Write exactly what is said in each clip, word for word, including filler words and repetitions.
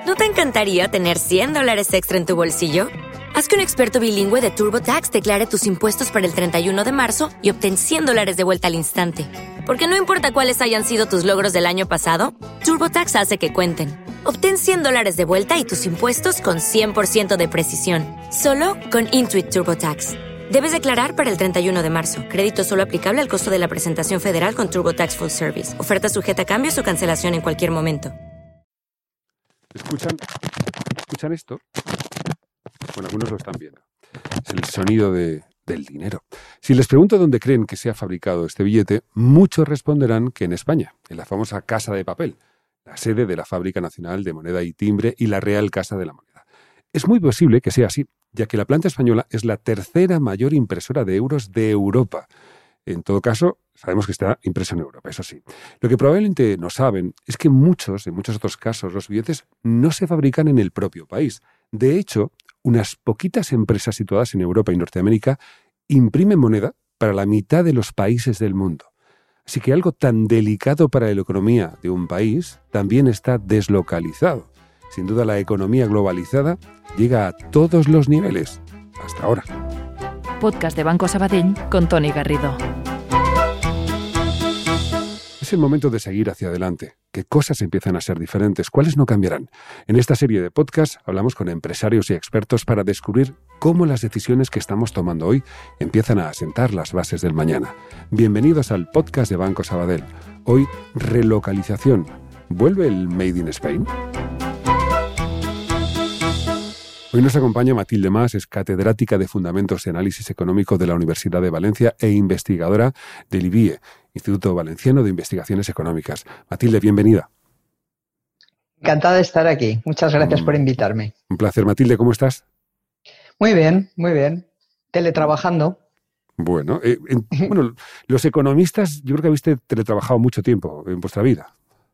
¿No te encantaría tener cien dólares extra en tu bolsillo? Haz que un experto bilingüe de TurboTax declare tus impuestos para el treinta y uno de marzo y obtén cien dólares de vuelta al instante. Porque no importa cuáles hayan sido tus logros del año pasado, TurboTax hace que cuenten. Obtén cien dólares de vuelta y tus impuestos con cien por ciento de precisión. Solo con Intuit TurboTax. Debes declarar para el treinta y uno de marzo. Crédito solo aplicable al costo de la presentación federal con TurboTax Full Service. Oferta sujeta a cambios o cancelación en cualquier momento. ¿Escuchan, ¿Escuchan esto? Bueno, algunos lo están viendo. Es el sonido de, del dinero. Si les pregunto dónde creen que se ha fabricado este billete, muchos responderán que en España, en la famosa Casa de Papel, la sede de la Fábrica Nacional de Moneda y Timbre y la Real Casa de la Moneda. Es muy posible que sea así, ya que la planta española es la tercera mayor impresora de euros de Europa. En todo caso, sabemos que está impreso en Europa, eso sí. Lo que probablemente no saben es que muchos, en muchos otros casos, los billetes no se fabrican en el propio país. De hecho, unas poquitas empresas situadas en Europa y Norteamérica imprimen moneda para la mitad de los países del mundo. Así que algo tan delicado para la economía de un país también está deslocalizado. Sin duda, la economía globalizada llega a todos los niveles, hasta ahora. Podcast de Banco Sabadell con Toni Garrido. Es el momento de seguir hacia adelante. ¿Qué cosas empiezan a ser diferentes? ¿Cuáles no cambiarán? En esta serie de podcasts hablamos con empresarios y expertos para descubrir cómo las decisiones que estamos tomando hoy empiezan a asentar las bases del mañana. Bienvenidos al podcast de Banco Sabadell. Hoy, relocalización. ¿Vuelve el Made in Spain? Hoy nos acompaña Matilde Mas, es catedrática de Fundamentos de Análisis Económico de la Universidad de Valencia e investigadora del I B I E, Instituto Valenciano de Investigaciones Económicas. Matilde, bienvenida. Encantada de estar aquí. Muchas gracias mm, por invitarme. Un placer. Matilde, ¿cómo estás? Muy bien, muy bien. Teletrabajando. Bueno, eh, en, bueno, los economistas, yo creo que habéis teletrabajado mucho tiempo en vuestra vida.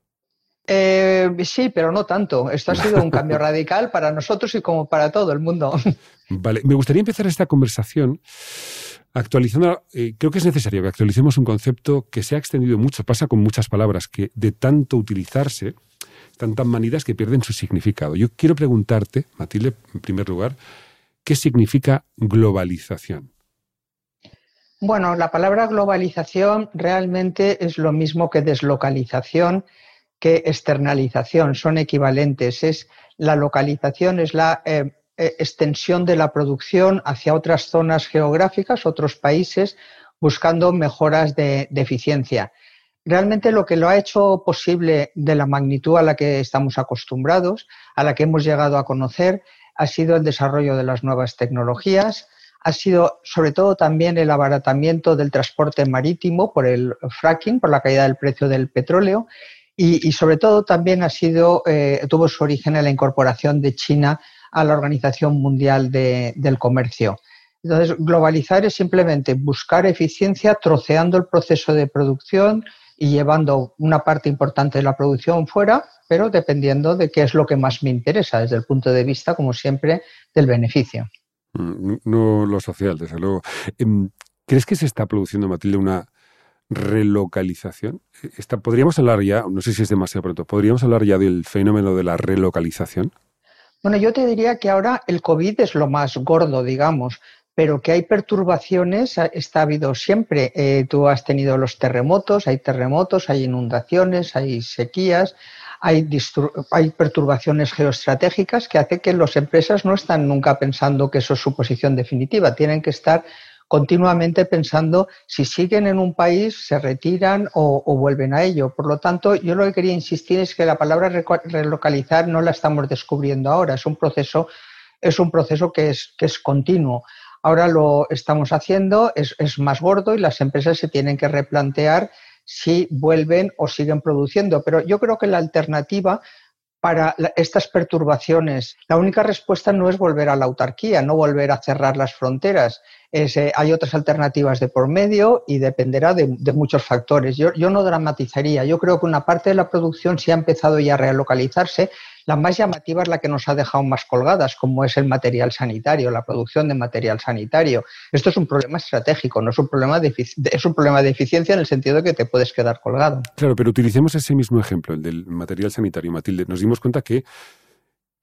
Eh, sí, pero no tanto. Esto ha sido un cambio radical para nosotros y como para todo el mundo. Vale, me gustaría empezar esta conversación actualizando. Eh, creo que es necesario que actualicemos un concepto que se ha extendido mucho, pasa con muchas palabras, que de tanto utilizarse están tan manidas que pierden su significado. Yo quiero preguntarte, Matilde, en primer lugar, ¿qué significa globalización? Bueno, la palabra globalización realmente es lo mismo que deslocalización, que externalización, son equivalentes. Es la localización es la eh, extensión de la producción hacia otras zonas geográficas, otros países, buscando mejoras de, de eficiencia. Realmente lo que lo ha hecho posible de la magnitud a la que estamos acostumbrados, a la que hemos llegado a conocer, ha sido el desarrollo de las nuevas tecnologías, ha sido sobre todo también el abaratamiento del transporte marítimo por el fracking, por la caída del precio del petróleo, Y, y sobre todo también ha sido, eh, tuvo su origen en la incorporación de China a la Organización Mundial de, del Comercio. Entonces, globalizar es simplemente buscar eficiencia troceando el proceso de producción y llevando una parte importante de la producción fuera, pero dependiendo de qué es lo que más me interesa desde el punto de vista, como siempre, del beneficio. No lo social, desde luego. ¿Crees que se está produciendo, Matilde, una relocalización? Esta, ¿Podríamos hablar ya, no sé si es demasiado pronto, ¿podríamos hablar ya del fenómeno de la relocalización? Bueno, yo te diría que ahora el COVID es lo más gordo, digamos, pero que hay perturbaciones, está habido siempre. Eh, tú has tenido los terremotos, hay terremotos, hay inundaciones, hay sequías, hay, distru- hay perturbaciones geoestratégicas que hacen que las empresas no están nunca pensando que eso es su posición definitiva, tienen que estar continuamente pensando si siguen en un país, se retiran o, o vuelven a ello. Por lo tanto, yo lo que quería insistir es que la palabra relocalizar no la estamos descubriendo ahora, es un proceso, es un proceso que es, que es continuo. Ahora lo estamos haciendo, es, es más gordo y las empresas se tienen que replantear si vuelven o siguen produciendo. Pero yo creo que la alternativa para estas perturbaciones, la única respuesta no es volver a la autarquía, no volver a cerrar las fronteras. Es, eh, hay otras alternativas de por medio y dependerá de, de muchos factores. Yo, yo no dramatizaría. Yo creo que una parte de la producción sí ha empezado ya a relocalizarse. La más llamativa es la que nos ha dejado más colgadas, como es el material sanitario, la producción de material sanitario. Esto es un problema estratégico, no es un problema de, es un problema de eficiencia en el sentido de que te puedes quedar colgado. Claro, pero utilicemos ese mismo ejemplo, el del material sanitario, Matilde. Nos dimos cuenta que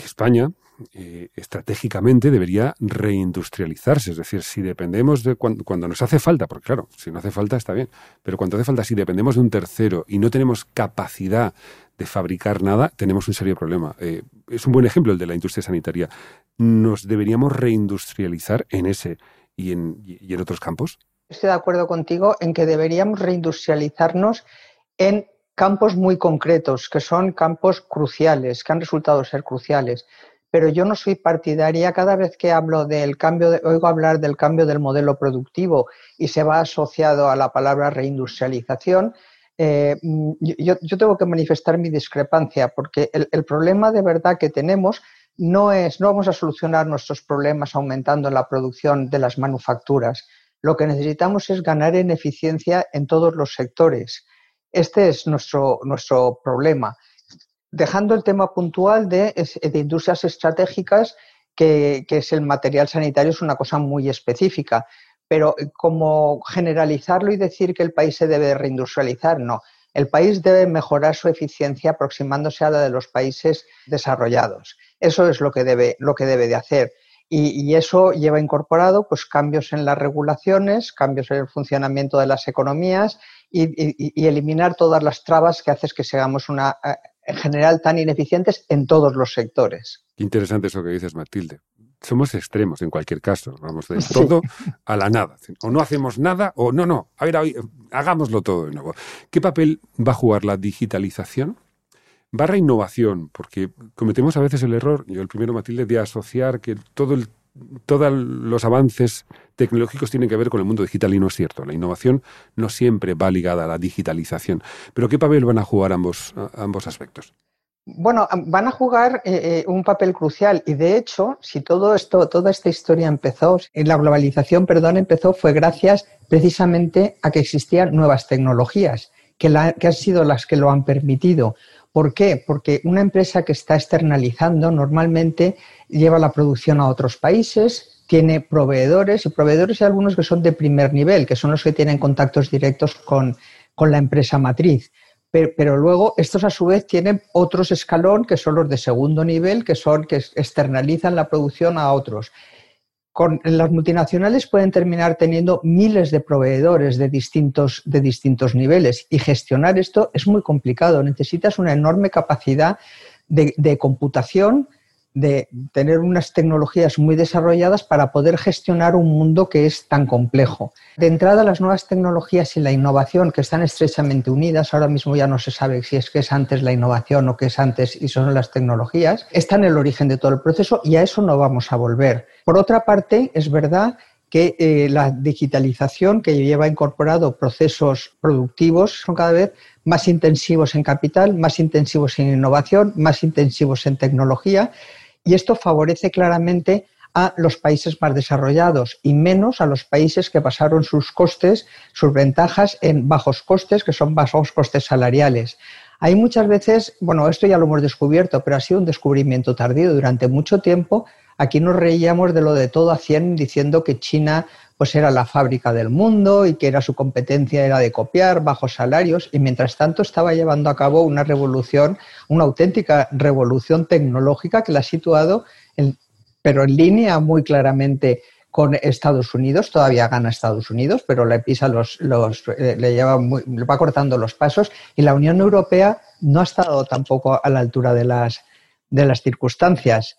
que España eh, estratégicamente debería reindustrializarse. Es decir, si dependemos de cuando, cuando nos hace falta, porque claro, si no hace falta está bien, pero cuando hace falta, si dependemos de un tercero y no tenemos capacidad de fabricar nada, tenemos un serio problema. Eh, es un buen ejemplo el de la industria sanitaria. ¿Nos deberíamos reindustrializar en ese y en, y en otros campos? Estoy de acuerdo contigo en que deberíamos reindustrializarnos en campos muy concretos, que son campos cruciales, que han resultado ser cruciales. Pero yo no soy partidaria, cada vez que hablo del cambio, de, oigo hablar del cambio del modelo productivo y se va asociado a la palabra reindustrialización, eh, yo, yo tengo que manifestar mi discrepancia, porque el, el problema de verdad que tenemos no es, no vamos a solucionar nuestros problemas aumentando la producción de las manufacturas. Lo que necesitamos es ganar en eficiencia en todos los sectores. Este es nuestro, nuestro problema. Dejando el tema puntual de, de industrias estratégicas, que, que es el material sanitario, es una cosa muy específica. Pero como generalizarlo y decir que el país se debe reindustrializar, no. El país debe mejorar su eficiencia aproximándose a la de los países desarrollados. Eso es lo que debe, lo que debe de hacer. Y, y eso lleva incorporado pues, cambios en las regulaciones, cambios en el funcionamiento de las economías y, y, y eliminar todas las trabas que hacen que seamos una, en general tan ineficientes en todos los sectores. Qué interesante eso que dices, Matilde. Somos extremos en cualquier caso, vamos de todo sí. a la nada. O no hacemos nada o no, no, a ver, hagámoslo todo de nuevo. ¿Qué papel va a jugar la digitalización barra innovación? Porque cometemos a veces el error, yo el primero, Matilde, de asociar que todo el, todos los avances tecnológicos tienen que ver con el mundo digital y no es cierto. La innovación no siempre va ligada a la digitalización. ¿Pero qué papel van a jugar ambos, ambos aspectos? Bueno, van a jugar eh, un papel crucial y de hecho, si todo esto, toda esta historia empezó, la globalización, perdón, empezó fue gracias precisamente a que existían nuevas tecnologías, que, la, que han sido las que lo han permitido. ¿Por qué? Porque una empresa que está externalizando normalmente lleva la producción a otros países, tiene proveedores y proveedores y algunos que son de primer nivel, que son los que tienen contactos directos con, con la empresa matriz. Pero, pero luego estos a su vez tienen otros escalón que son los de segundo nivel, que son que externalizan la producción a otros. Con, las multinacionales pueden terminar teniendo miles de proveedores de distintos, de distintos niveles y gestionar esto es muy complicado. Necesitas una enorme capacidad de, de computación, de tener unas tecnologías muy desarrolladas para poder gestionar un mundo que es tan complejo. De entrada, las nuevas tecnologías y la innovación, que están estrechamente unidas, ahora mismo ya no se sabe si es que es antes la innovación o que es antes y son las tecnologías, están en el origen de todo el proceso y a eso no vamos a volver. Por otra parte, es verdad que eh, la digitalización que lleva incorporado procesos productivos son cada vez más intensivos en capital, más intensivos en innovación, más intensivos en tecnología. Y esto favorece claramente a los países más desarrollados y menos a los países que basaron sus costes, sus ventajas en bajos costes, que son bajos costes salariales. Hay muchas veces, bueno, esto ya lo hemos descubierto, pero ha sido un descubrimiento tardío. Durante mucho tiempo aquí nos reíamos de lo de todo a cien diciendo que China pues era la fábrica del mundo y que era su competencia era de copiar bajos salarios y mientras tanto estaba llevando a cabo una revolución, una auténtica revolución tecnológica que la ha situado, en, pero en línea muy claramente con Estados Unidos. Todavía gana Estados Unidos, pero le pisa los, los eh, le lleva muy, le va cortando los pasos y la Unión Europea no ha estado tampoco a la altura de las, de las circunstancias.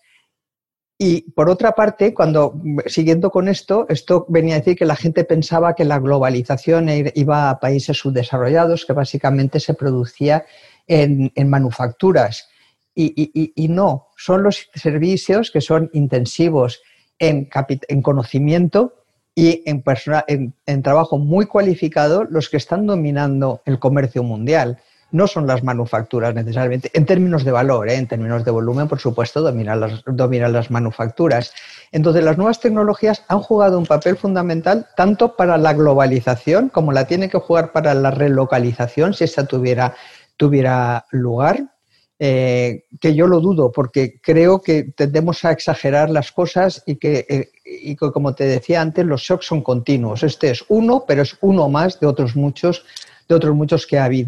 Y por otra parte, cuando siguiendo con esto, esto venía a decir que la gente pensaba que la globalización iba a países subdesarrollados, que básicamente se producía en, en manufacturas. Y, y, y no, son los servicios que son intensivos en, en conocimiento y en, persona, en, en trabajo muy cualificado los que están dominando el comercio mundial. No son las manufacturas necesariamente, en términos de valor, ¿eh? En términos de volumen, por supuesto, dominan las, dominan las manufacturas. Entonces, las nuevas tecnologías han jugado un papel fundamental tanto para la globalización como la tienen que jugar para la relocalización, si esta tuviera, tuviera lugar, eh, que yo lo dudo, porque creo que tendemos a exagerar las cosas y que, eh, y que, como te decía antes, los shocks son continuos. Este es uno, pero es uno más de otros muchos, de otros muchos que ha habido.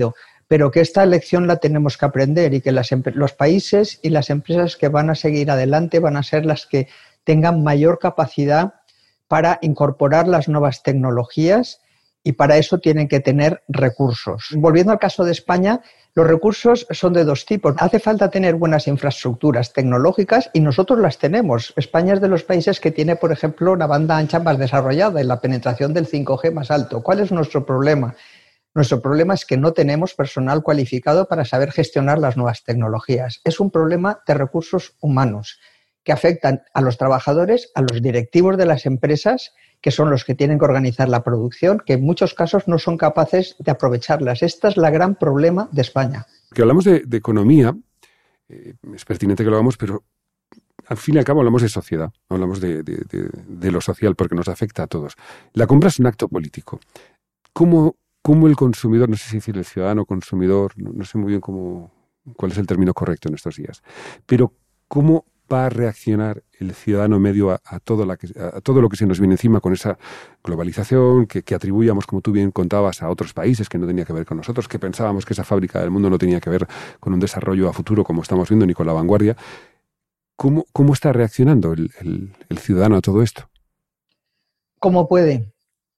pero que esta lección la tenemos que aprender y que las, los países y las empresas que van a seguir adelante van a ser las que tengan mayor capacidad para incorporar las nuevas tecnologías y para eso tienen que tener recursos. Volviendo al caso de España, los recursos son de dos tipos. Hace falta tener buenas infraestructuras tecnológicas y nosotros las tenemos. España es de los países que tiene, por ejemplo, una banda ancha más desarrollada y la penetración del cinco G más alto. ¿Cuál es nuestro problema? Nuestro problema es que no tenemos personal cualificado para saber gestionar las nuevas tecnologías. Es un problema de recursos humanos que afectan a los trabajadores, a los directivos de las empresas, que son los que tienen que organizar la producción, que en muchos casos no son capaces de aprovecharlas. Este es el gran problema de España. Que hablamos de, de economía, eh, es pertinente que lo hagamos, pero al fin y al cabo hablamos de sociedad, hablamos de, de, de, de lo social, porque nos afecta a todos. La compra es un acto político. ¿Cómo, cómo el consumidor, no sé si decir el ciudadano consumidor, no, no sé muy bien cómo, cuál es el término correcto en estos días, pero cómo va a reaccionar el ciudadano medio a, a, todo la que, a todo lo que se nos viene encima con esa globalización que, que atribuíamos, como tú bien contabas, a otros países que no tenía que ver con nosotros, que pensábamos que esa fábrica del mundo no tenía que ver con un desarrollo a futuro como estamos viendo ni con la vanguardia? ¿Cómo, cómo está reaccionando el, el, el ciudadano a todo esto? ¿Cómo puede?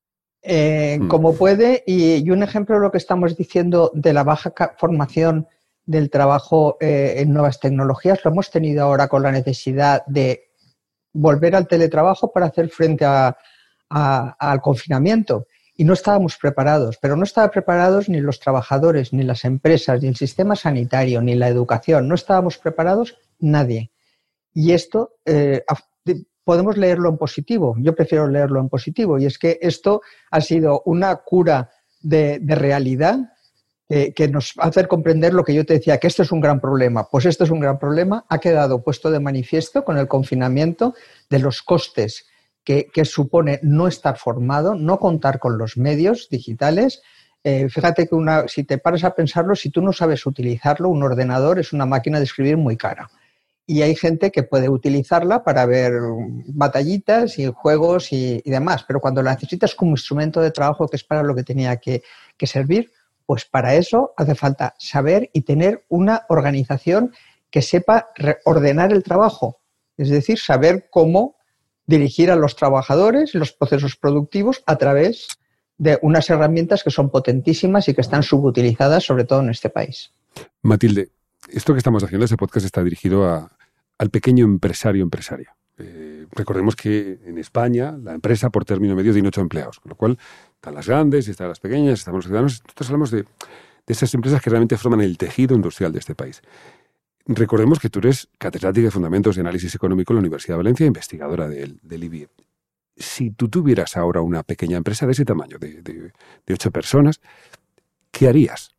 Eh, hmm. Como puede, y, y un ejemplo de lo que estamos diciendo de la baja formación del trabajo eh, en nuevas tecnologías, lo hemos tenido ahora con la necesidad de volver al teletrabajo para hacer frente a, a, al confinamiento. Y no estábamos preparados, pero no estaban preparados ni los trabajadores, ni las empresas, ni el sistema sanitario, ni la educación. No estábamos preparados nadie. Y esto eh, podemos leerlo en positivo. Yo prefiero leerlo en positivo. Y es que esto ha sido una cura de, de realidad Eh, que nos va a hacer comprender lo que yo te decía, que esto es un gran problema. Pues esto es un gran problema, ha quedado puesto de manifiesto con el confinamiento de los costes que, que supone no estar formado, no contar con los medios digitales. Eh, fíjate que una, si te paras a pensarlo, si tú no sabes utilizarlo, un ordenador es una máquina de escribir muy cara. Y hay gente que puede utilizarla para ver batallitas y juegos y, y demás, pero cuando la necesitas como instrumento de trabajo, que es para lo que tenía que, que servir, pues para eso hace falta saber y tener una organización que sepa ordenar el trabajo, es decir, saber cómo dirigir a los trabajadores y los procesos productivos a través de unas herramientas que son potentísimas y que están subutilizadas, sobre todo en este país. Matilde, esto que estamos haciendo, ese podcast está dirigido a, al pequeño empresario empresaria. Eh, recordemos que en España la empresa por término medio tiene ocho empleados, con lo cual están las grandes, están las pequeñas, estamos los ciudadanos. Nosotros hablamos de, de esas empresas que realmente forman el tejido industrial de este país. Recordemos que tú eres catedrática de Fundamentos de Análisis Económico en la Universidad de Valencia, investigadora del, del I B I E. Si tú tuvieras ahora una pequeña empresa de ese tamaño, de, de, de ocho personas, ¿qué harías?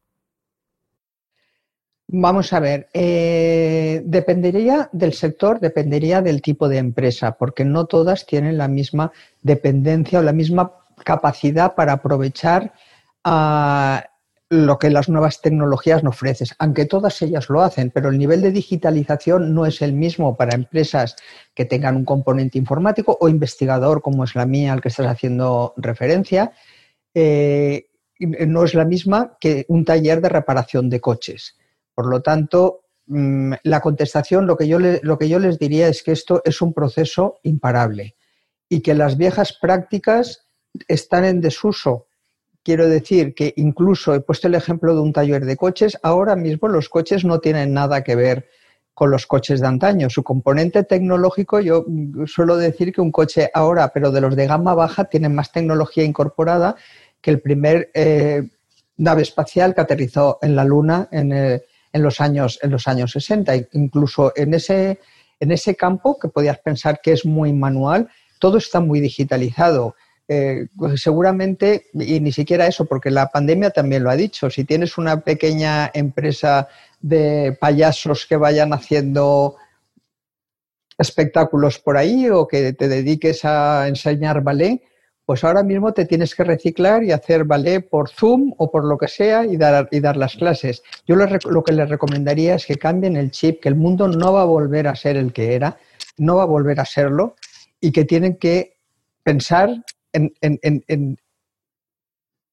Vamos a ver, eh, dependería del sector, dependería del tipo de empresa, porque no todas tienen la misma dependencia o la misma capacidad para aprovechar uh, lo que las nuevas tecnologías nos ofrecen, aunque todas ellas lo hacen, pero el nivel de digitalización no es el mismo para empresas que tengan un componente informático o investigador, como es la mía, al que estás haciendo referencia, eh, no es la misma que un taller de reparación de coches. Por lo tanto, la contestación, lo que, yo le, lo que yo les diría es que esto es un proceso imparable y que las viejas prácticas están en desuso. Quiero decir que incluso he puesto el ejemplo de un taller de coches. Ahora mismo los coches no tienen nada que ver con los coches de antaño. Su componente tecnológico, yo suelo decir que un coche ahora, pero de los de gama baja, tiene más tecnología incorporada que el primer eh, nave espacial que aterrizó en la Luna en el En los años, en los años sesenta. Incluso en ese, en ese campo, que podías pensar que es muy manual, todo está muy digitalizado. Eh, pues seguramente, y ni siquiera eso, porque la pandemia también lo ha dicho, si tienes una pequeña empresa de payasos que vayan haciendo espectáculos por ahí o que te dediques a enseñar ballet, pues ahora mismo te tienes que reciclar y hacer ballet por Zoom o por lo que sea y dar, y dar las clases. Yo lo, lo que les recomendaría es que cambien el chip, que el mundo no va a volver a ser el que era, no va a volver a serlo y que tienen que pensar en, en, en, en,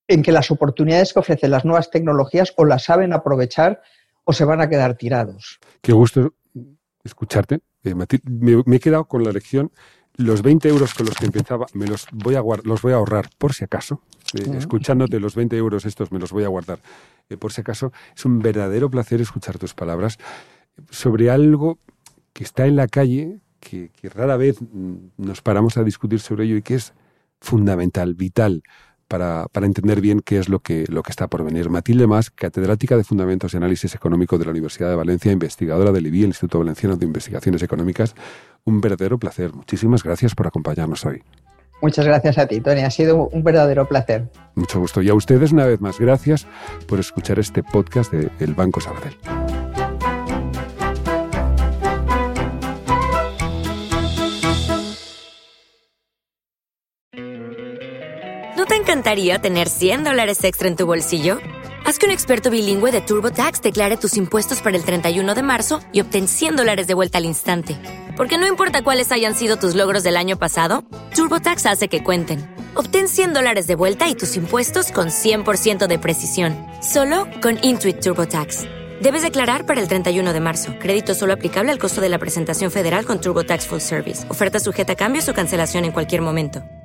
en que las oportunidades que ofrecen las nuevas tecnologías o las saben aprovechar o se van a quedar tirados. Qué gusto escucharte. Eh, Matil, me, me he quedado con la lección. Los veinte euros con los que empezaba me los voy a, guard- los voy a ahorrar por si acaso. Eh, uh-huh. Escuchándote, los veinte euros estos me los voy a guardar eh, por si acaso. Es un verdadero placer escuchar tus palabras sobre algo que está en la calle, que, que rara vez nos paramos a discutir sobre ello y que es fundamental, vital, para, para entender bien qué es lo que, lo que está por venir. Matilde Mas, catedrática de Fundamentos y Análisis Económico de la Universidad de Valencia, investigadora del I B I, el Instituto Valenciano de Investigaciones Económicas. Un verdadero placer. Muchísimas gracias por acompañarnos hoy. Muchas gracias a ti, Tony. Ha sido un verdadero placer. Mucho gusto. Y a ustedes, una vez más, gracias por escuchar este podcast de El Banco Sabadell. ¿No te encantaría tener cien dólares extra en tu bolsillo? Haz que un experto bilingüe de TurboTax declare tus impuestos para el treinta y uno de marzo y obtén cien dólares de vuelta al instante. Porque no importa cuáles hayan sido tus logros del año pasado, TurboTax hace que cuenten. Obtén cien dólares de vuelta y tus impuestos con cien por ciento de precisión. Solo con Intuit TurboTax. Debes declarar para el treinta y uno de marzo. Crédito solo aplicable al costo de la presentación federal con TurboTax Full Service. Oferta sujeta a cambios o cancelación en cualquier momento.